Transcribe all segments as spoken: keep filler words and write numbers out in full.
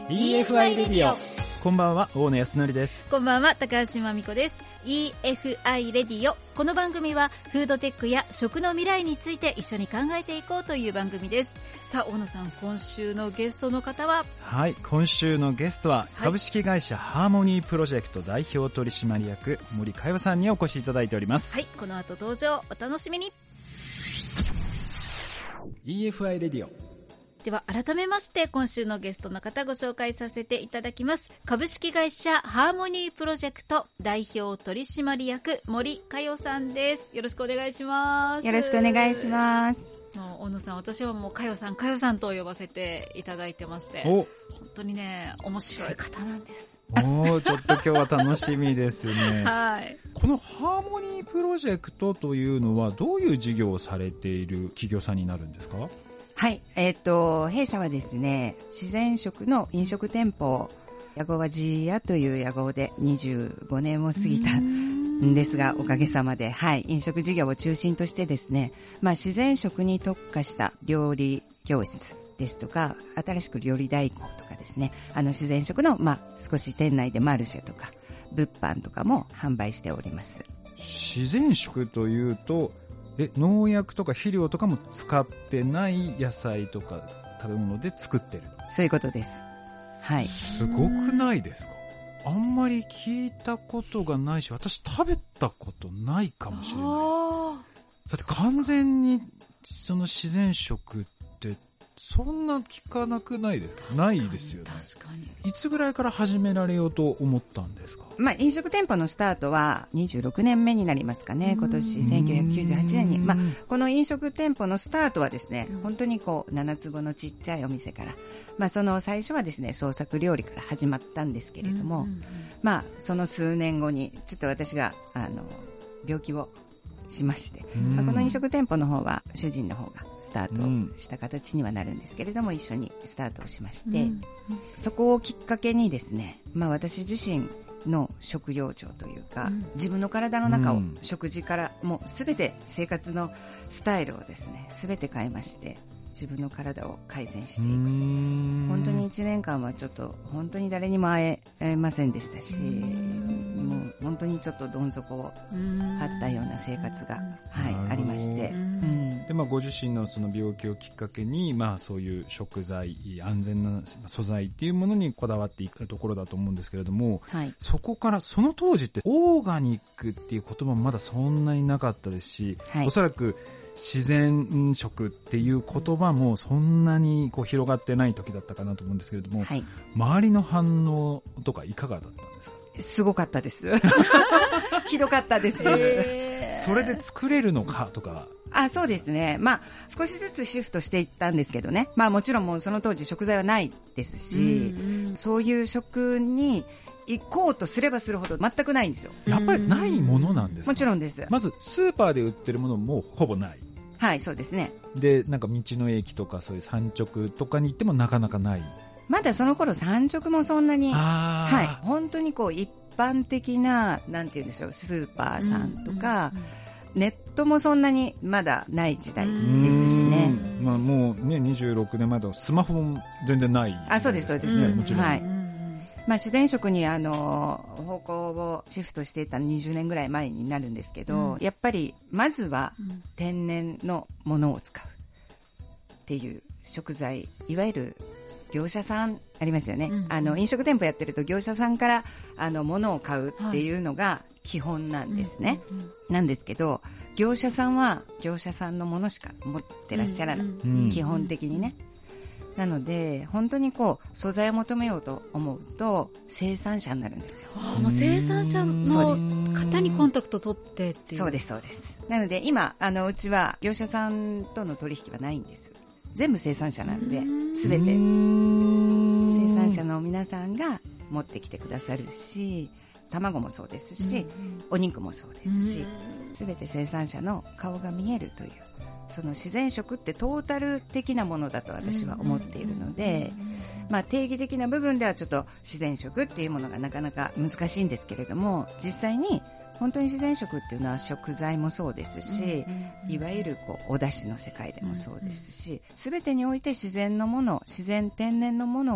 イーエフアイ レディオ。こんばんは、大野康則です。 こんばんは、高橋真美子です。 イーエフアイ レディオ。この番組はフードテックや食の未来について一緒に考えていこうという番組です。さあ大野さん、今週のゲストの方は？ はい、今週のゲストは、はい、株式会社ハーモニープロジェクト代表取締役森佳代さんにお越しいただいております。 はい、この後登場お楽しみに。 イーエフアイ レディオ。 では改めまして今週のゲストの方ご紹介させていただきます。株式会社ハーモニープロジェクト代表取締役森佳代さんです。よろしくお願いします。 よろしくお願いします。 もう小野さん、私はもう佳代さん佳代さんと呼ばせていただいてまして、本当にね面白い方なんです。 おちょっと今日は楽しみですね。 はい。 このハーモニープロジェクトというのはどういう事業をされている企業さんになるんですか？ はい、えっと、弊社はですね、自然食の飲食店舗、屋号はジーヤという屋号でにじゅうごねんを過ぎたんですが、おかげさまで、はい、飲食事業を中心としてですね、まあ自然食に特化した料理教室ですとか、新しく料理代行とかですね、あの自然食の、まあ少し店内でマルシェとか、物販とかも販売しております。 自然食というと、え農薬とか肥料とかも使ってない野菜とか食べ物で作ってる？ そういうことです。はい。 すごくないですか？あんまり聞いたことがないし、私食べたことないかもしれないです。だって完全にその自然食ってそんな聞かなくないですか？ないですよね。 確かに。 いつぐらいから始められようと思ったんですか？ まあ、飲食店舗のスタートはにじゅうろくねんめになりますかね。今年せんきゅうひゃくきゅうじゅうはちねんに、まあ、この飲食店舗のスタートはですね、本当にこうななつぼのちっちゃいお店から、まあ、その最初はですね創作料理から始まったんですけれども、まあ、その数年後にちょっと私があの病気をしまして、まあ、この飲食店舗の方は主人の方がスタートした形にはなるんですけれども、一緒にスタートをしまして、うん、そこをきっかけにですね、まあ、私自身の食養生というか、うん、自分の体の中を食事からもう全て生活のスタイルをですね全て変えまして、自分の体を改善していく。本当にいちねんかんはちょっと本当に誰にも会えませんでしたし、もう本当にちょっとどん底を張ったような生活が、はい、ありまして、うん、 で、まあ、ご自身のその病気をきっかけに、まあ、そういう食材、安全な素材っていうものにこだわっていくところだと思うんですけれども、はい、そこからその当時ってオーガニックっていう言葉もまだそんなになかったですし、はい、おそらく自然食っていう言葉もそんなにこう広がってない時だったかなと思うんですけれども、はい、周りの反応とかいかがだったんですか？ すごかったです。ひどかったです。 それで作れるのかとか。 あ、そうですね。まあ少しずつシフトしていったんですけどね。まあもちろんもうその当時食材はないですし、うんうん、そういう食に行こうとすればするほど全くないんですよ。 やっぱりないものなんですか？ もちろんです。 まずスーパーで売ってるものもほぼない。 はい、そうですね。 で、なんか道の駅とかそういう産直とかに行ってもなかなかない。 まだその頃産直もそんなに、はい、本当にこう一般的ななんていうんでしょう、スーパーさんとか、うんうんうん、ネットもそんなにまだない時代ですしね。 まあ、もうねにじゅうろくねんまえだとスマホも全然ない、ね。 あ、そうですそうです。うん、もちろん。はい。まあ、自然食にあの方向をシフトしていたにじゅうねんぐらい前になるんですけど、うん、やっぱりまずは天然のものを使うっていう食材、いわゆる業者さんありますよね、うん、あの飲食店舗やってると業者さんからあの物を買うっていうのが基本なんですね、はい、なんですけど業者さんは業者さんのものしか持ってらっしゃらない、うん、基本的にね。なので本当にこう素材を求めようと思うと生産者になるんですよ。 あ、もう生産者の方にコンタクト取ってっていう。 そうですそうです。なので今あのうちは業者さんとの取引はないんです。全部生産者なので全て生産者の皆さんが持ってきてくださるし、卵もそうですし、お肉もそうですし、全て生産者の顔が見えるという、その自然食ってトータル的なものだと私は思っているので、まあ、定義的な部分ではちょっと自然食っていうものがなかなか難しいんですけれども、実際に本当に自然食っていうのは食材もそうですし、いわゆるこうお出汁の世界でもそうですし、全てにおいて自然のもの、自然天然のものを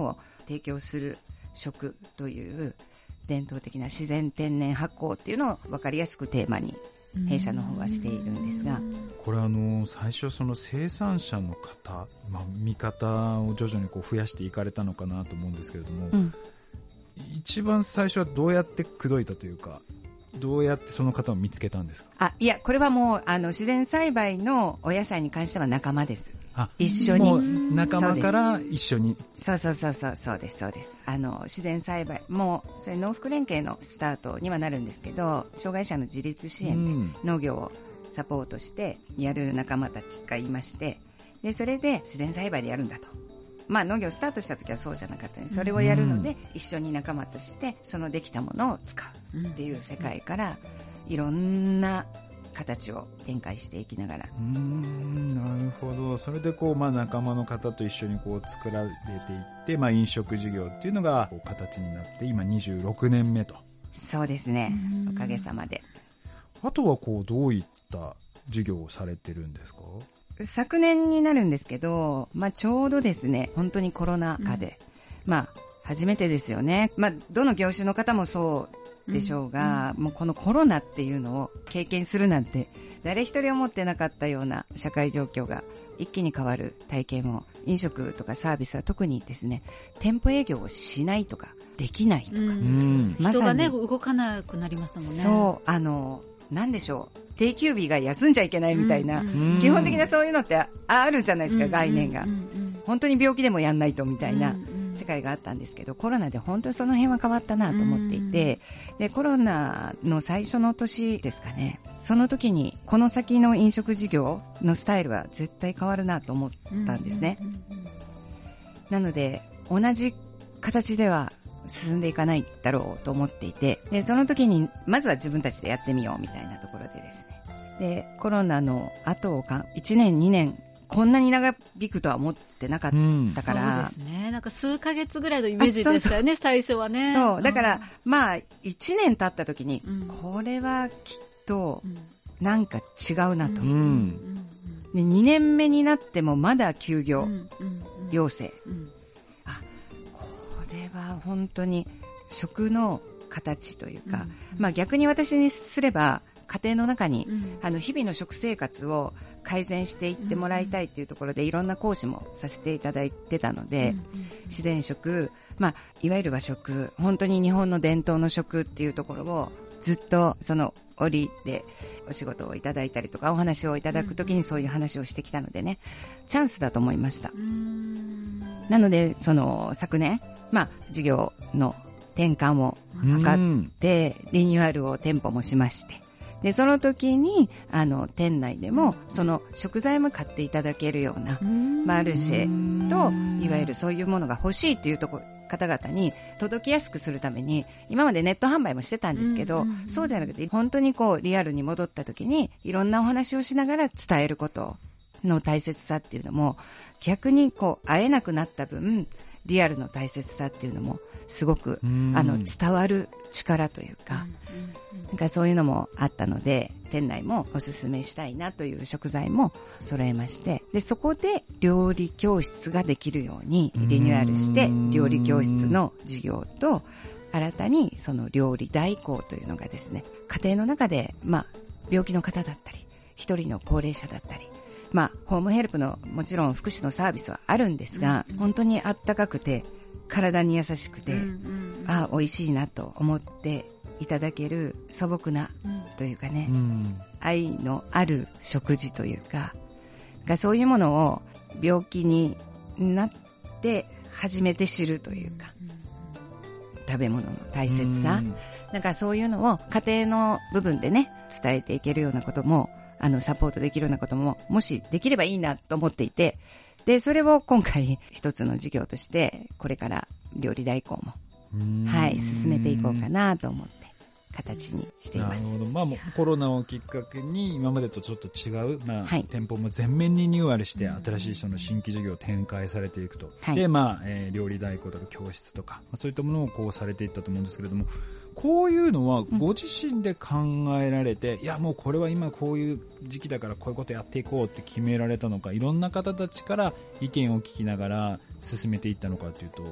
提供する食という伝統的な自然天然発酵っていうのを分かりやすくテーマに弊社の方はしているんですが、 これあの最初その生産者の方、まあ、見方を徐々にこう増やしていかれたのかなと思うんですけれども、うん、一番最初はどうやって口説いたというか、どうやってその方を見つけたんですか？ あ、いや、これはもうあの自然栽培のお野菜に関しては仲間です。あ、一緒に。 もう仲間から一緒に。 そうそうそうそう、そうです、そうです。あの、自然栽培、もう、それ農福連携のスタートにはなるんですけど、障害者の自立支援で農業をサポートしてやる仲間たちがいまして、で、それで自然栽培でやるんだと。まあ農業スタートした時はそうじゃなかったね。それをやるので、一緒に仲間として、そのできたものを使うっていう世界から、いろんな形を展開していきながら。 うーん、なるほど。それでこう、まあ仲間の方と一緒にこう作られていって、まあ飲食事業っていうのがこう形になって、今にじゅうろくねんめと。 そうですね。おかげさまで。 あとはこう、どういった事業をされてるんですか？ 昨年になるんですけど、まあちょうどですね、本当にコロナ禍で、うん、まあ初めてですよね。まあどの業種の方もそうでしょうが、うん、もうこのコロナっていうのを経験するなんて誰一人思ってなかったような社会状況が一気に変わる体験を、飲食とかサービスは特にですね、店舗営業をしないとかできないとか、うん、 ま、人がね動かなくなりましたもんね。 そう、あのなんでしょう、定休日が休んじゃいけないみたいな、うんうん、基本的なそういうのってあるじゃないですか、うん、概念が、うんうん、本当に病気でもやんないとみたいな世界があったんですけど、コロナで本当にその辺は変わったなと思っていて、でコロナの最初の年ですかね、その時にこの先の飲食事業のスタイルは絶対変わるなと思ったんですね、うんうんうん、なので同じ形では進んでいかないだろうと思っていて、でその時にまずは自分たちでやってみようみたいなところでですね、でコロナの後をかいちねんにねんこんなに長引くとは思ってなかったから、 うん、そうですね、なんか数ヶ月ぐらいのイメージでしたよね、最初はね。 そうだから、うん、まあいちねん経った時に、うん、これはきっとなんか違うなと、うん、でにねんめになってもまだ休業要請、うんうんうん、あ、これは本当に食の形というか、うんうん、まあ逆に私にすれば家庭の中に、うん、あの日々の食生活を改善していってもらいたいというところで、うん、いろんな講師もさせていただいてたので、うん、自然食、まあ、いわゆる和食、本当に日本の伝統の食っていうところをずっとその折でお仕事をいただいたりとかお話をいただくときにそういう話をしてきたのでね、チャンスだと思いました。うん、なのでその昨年、まあ、事業の転換を図ってリニューアルを店舗もしまして、でその時にあの店内でもその食材も買っていただけるようなマルシェといわゆるそういうものが欲しいというとこ方々に届きやすくするために今までネット販売もしてたんですけど、そうじゃなくて本当にこうリアルに戻った時にいろんなお話をしながら伝えることの大切さっていうのも、逆にこう会えなくなった分リアルの大切さっていうのもすごくあの伝わる力というか、なんかそういうのもあったので、店内もおすすめしたいなという食材も揃えまして、でそこで料理教室ができるようにリニューアルして、料理教室の事業と新たにその料理代行というのがですね、家庭の中でまあ病気の方だったり一人の高齢者だったり、まあホームヘルプのもちろん福祉のサービスはあるんですが、うんうん、本当にあったかくて体に優しくて、うんうんうん、あ美味しいなと思っていただける素朴なというかね、うん、愛のある食事というかが、そういうものを病気になって初めて知るというか、うん、食べ物の大切さ、うん、なんかそういうのを家庭の部分でね伝えていけるようなことも、あのサポートできるようなことももしできればいいなと思っていて、でそれを今回一つの事業としてこれから料理代行もはい進めていこうかなと思って形にしています。 なるほど。まあもうコロナをきっかけに今までとちょっと違う、まあはい、店舗も全面リニューアルして新しいその新規事業を展開されていくと、はい、でまあ、えー、料理代行とか教室とか、まあ、そういったものをこうされていったと思うんですけれども、こういうのはご自身で考えられて、うん、いやもうこれは今こういう時期だからこういうことやっていこうって決められたのか、いろんな方たちから意見を聞きながら進めていったのかというと、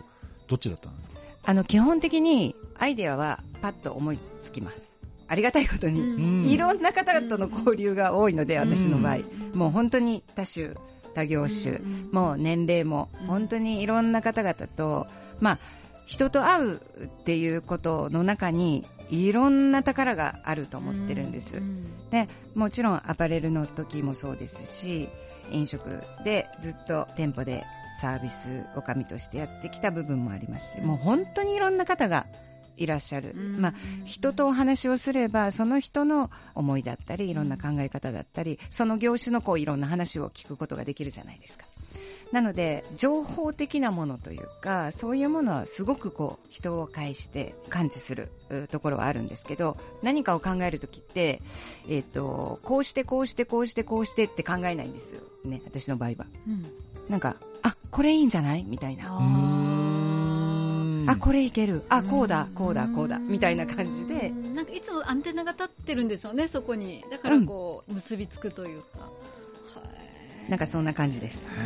どっちだったんですか？ あの基本的にアイデアはパッと思いつきます。ありがたいことに、うん、いろんな方々との交流が多いので、私の場合、うん、もう本当に多種多業種、うん、もう年齢も本当にいろんな方々と、まあ、人と会うっていうことの中にいろんな宝があると思ってるんです、うん、でもちろんアパレルの時もそうですし、飲食でずっと店舗でサービスおかみとしてやってきた部分もありますし、もう本当にいろんな方がいらっしゃる、うん、まあ、人とお話をすればその人の思いだったりいろんな考え方だったり、その業種のこういろんな話を聞くことができるじゃないですか。なので情報的なものというか、そういうものはすごくこう人を介して感知するところはあるんですけど、何かを考えるときって、えーと、こうしてこうしてこうしてこうしてって考えないんですよね、私の場合は、うん、なんかあこれいいんじゃないみたいな、ああこれいける、あこうだこうだこうだみたいな感じで、 なんかいつもアンテナが立ってるんでしょうね、そこに。だからこう、うん、結びつくというか、 なんかそんな感じです、うん、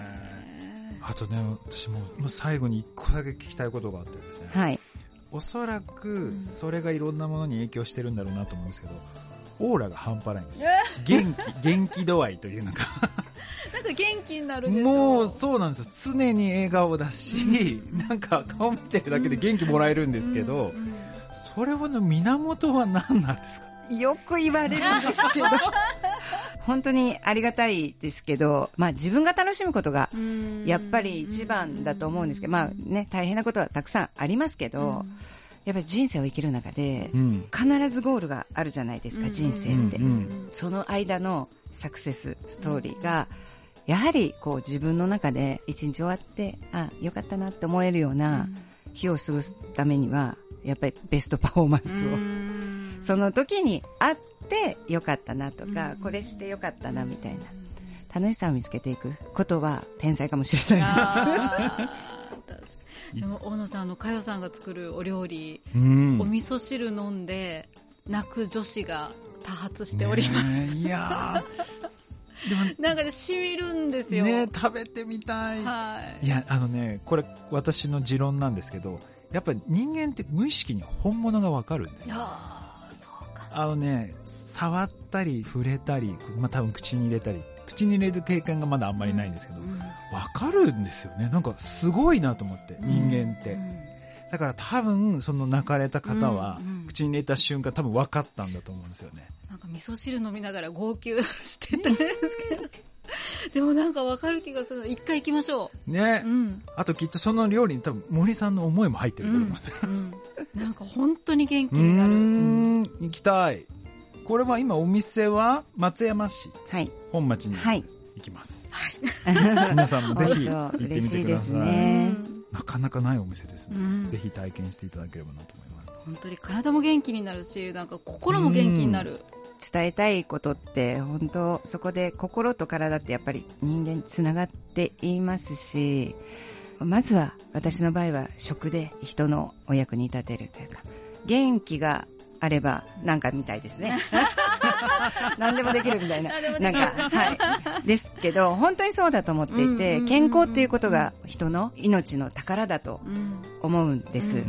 あとね、私ももう最後に一個だけ聞きたいことがあってですね、はい、おそらくそれがいろんなものに影響してるんだろうなと思うんですけど、オーラが半端ないんですよ。元気元気度合いというのがなんか元気になるでしょ。 もうそうなんですよ、常に笑顔だし、うん、なんか顔見てるだけで元気もらえるんですけど、うんうんうん、それの源は何なんですか？ よく言われるんですけど本当にありがたいですけど、まあ、自分が楽しむことがやっぱり一番だと思うんですけど、まあね、大変なことはたくさんありますけど、やっぱり人生を生きる中で必ずゴールがあるじゃないですか、人生って。その間のサクセスストーリーがやはりこう自分の中で一日終わってあよかったなって思えるような日を過ごすためには、やっぱりベストパフォーマンスをその時にあってよかったなとか、これしてよかったなみたいな楽しさを見つけていくことは天才かもしれないですでも大野さん、あの佳代さんが作るお料理、うん、お味噌汁飲んで泣く女子が多発しております、ね、 いやでもなんかね、染みるんですよね。食べてみたい、はい、いやあのね、これ私の持論なんですけど、やっぱり人間って無意識に本物が分かるんですよ。 あそうか。 あのね、触ったり触れたり、まあ、多分口に入れたり、口に入れる経験がまだあんまりないんですけど、うん、分かるんですよね。なんかすごいなと思って、人間って、うんうん、だから多分その泣かれた方は、うんうん、口に入れた瞬間多分分かったんだと思うんですよね。 なんか味噌汁飲みながら号泣してたんですけどでもなんか分かる気がする。一回行きましょうね、うん、あときっとその料理に多分森さんの思いも入ってると思います、 うんうん、なんか本当に元気になる。うーん、行きたい。これは今お店は松山市、はい、本町に行きます、はい、皆さんもぜひ行ってみてください、ね、なかなかないお店ですので、うん、ぜひ体験していただければなと思います。 本当に体も元気になるし、なんか心も元気になる。 伝えたいことって本当そこで心と体ってやっぱり人間つながっていますし、まずは私の場合は食で人のお役に立てるというか、元気があればなんかみたいですね何でもできるみたいななんか、はい、ですけど本当にそうだと思っていて、健康っていうことが人の命の宝だと思うんです、うん、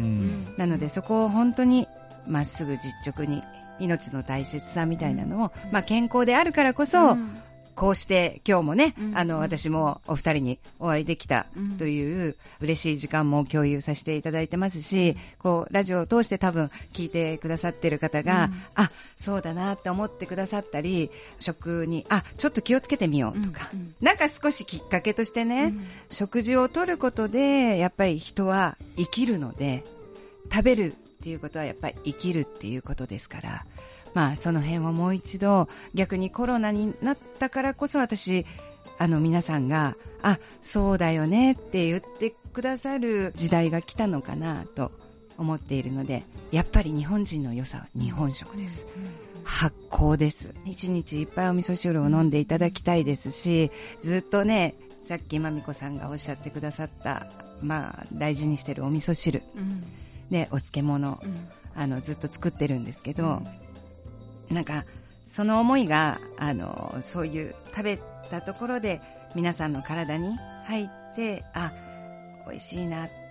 なのでそこを本当にまっすぐ実直に命の大切さみたいなのを、まあ、健康であるからこそ、うん、こうして今日もね、うん、あの私もお二人にお会いできたという嬉しい時間も共有させていただいてますし、こうラジオを通して多分聞いてくださってる方が、うん、あそうだなって思ってくださったり、食にあちょっと気をつけてみようとか、うんうん、なんか少しきっかけとしてね、うん、食事をとることでやっぱり人は生きるので、食べるっていうことはやっぱり生きるっていうことですから、まあその辺をもう一度、逆にコロナになったからこそ私あの皆さんがあそうだよねって言ってくださる時代が来たのかなと思っているので、やっぱり日本人の良さは日本食です、うん、発酵です。一日いっぱいお味噌汁を飲んでいただきたいですし、ずっとねさっきまみこさんがおっしゃってくださったまあ大事にしてるお味噌汁、うんでお漬物、うん、あのずっと作ってるんですけど、うん、なんかその思いがあのそういう食べたところで皆さんの体に入って、あ美味しいなっ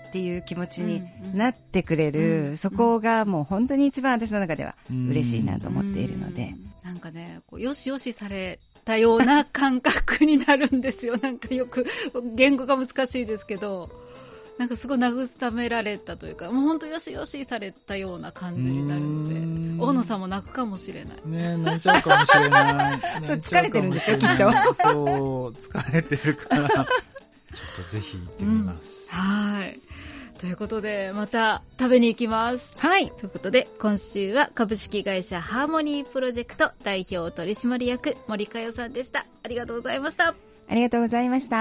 っていう気持ちになってくれる、うんうん、そこがもう本当に一番私の中では嬉しいなと思っているので、 うん、なんかねこうよしよしされたような感覚になるんですよ。なんかよく言語が難しいですけど、なんかすごい慰められたというか、もう本当よしよしされたような感じになるので、大野さんも泣くかもしれないね。泣いちゃうかもしれないそう疲れてるんですよきっと。 そう疲れてるからちょっとぜひ行ってみます、 うん、はいということでまた食べに行きます。はいということで今週は株式会社ハーモニープロジェクト代表取締役森佳代さんでした。ありがとうございました。 ありがとうございました。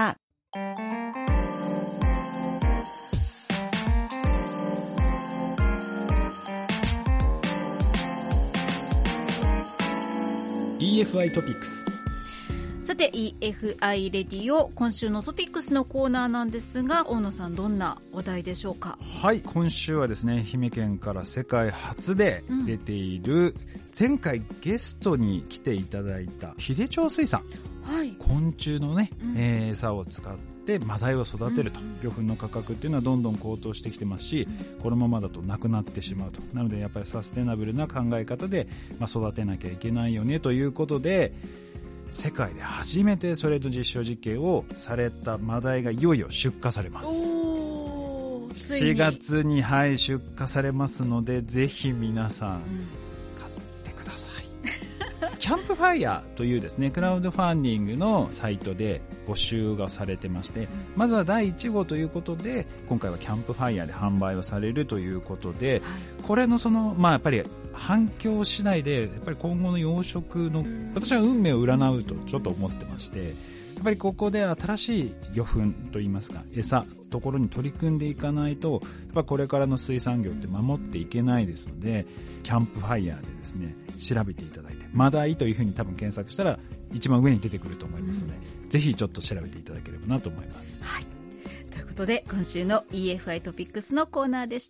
イーエフアイ トピックス。 さて イーエフアイ レディオ今週のトピックスのコーナーなんですが、大野さんどんな話題でしょうか。 はい、今週はですね愛媛県から世界初で出ている、うん、前回ゲストに来ていただいた秀鳥水産、はい、昆虫のね、うんえー、餌を使ってマダイを育てると、うん、魚粉の価格っていうのはどんどん高騰してきてますし、うん、このままだとなくなってしまうと。なのでやっぱりサステナブルな考え方で、まあ、育てなきゃいけないよねということで、世界で初めてそれと実証実験をされたマダイがいよいよ出荷されます。 おしちがつに、はい、出荷されますので、ぜひ皆さん、うん、買ってくださいキャンプファイヤーというですねクラウドファンディングのサイトで募集がされてまして、うん、まずはだいいち号ということで今回はキャンプファイヤーで販売をされるということで、はい、これのそのまあやっぱり反響次第でやっぱり今後の養殖の私は運命を占うとちょっと思ってまして、やっぱりここで新しい魚粉といいますか餌ところに取り組んでいかないと、やっぱこれからの水産業って守っていけないですので、キャンプファイヤーでですね調べていただいて、マダイというふうに多分検索したら一番上に出てくると思いますので、うん、ぜひちょっと調べていただければなと思います。 はい、ということで今週の イーエフアイ トピックスのコーナーでした。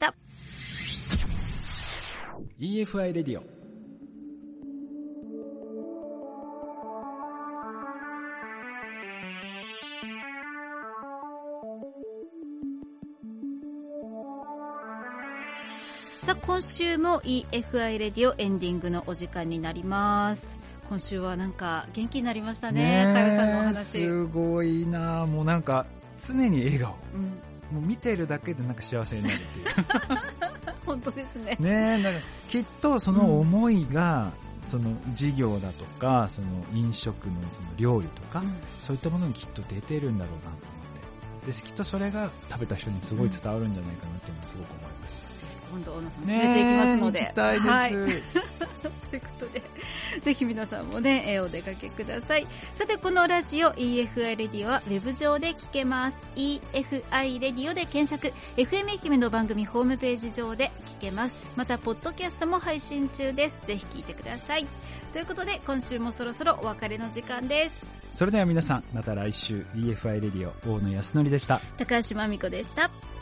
イーエフアイ レディオ。 さあ今週も イーエフアイ レディオエンディングのお時間になります。今週はなんか元気になりましたね。かよさんのお話すごいな。もうなんか常に笑顔、うん、もう見てるだけでなんか幸せになるっていう本当ですね。 ねえ、なんかきっとその思いが、うん、その事業だとかその飲食のその料理とか、うん、そういったものにきっと出てるんだろうなと思って、できっとそれが食べた人にすごい伝わるんじゃないかなっていうのをすごく思います。 今度大野さん連れて行きますので、 ね、行きたいです、はい、 ということでぜひ皆さんもね、えー、お出かけください。さてこのラジオ イーエフアイ レディオはウェブ上で聞けます。 イーエフアイ レディオで検索、 エフエム 愛媛の番組ホームページ上で聞けます。またポッドキャストも配信中です。ぜひ聞いてください。ということで今週もそろそろお別れの時間です。 それでは皆さんまた来週。 イーエフアイ レディオ大野康則でした。 高橋真美子でした。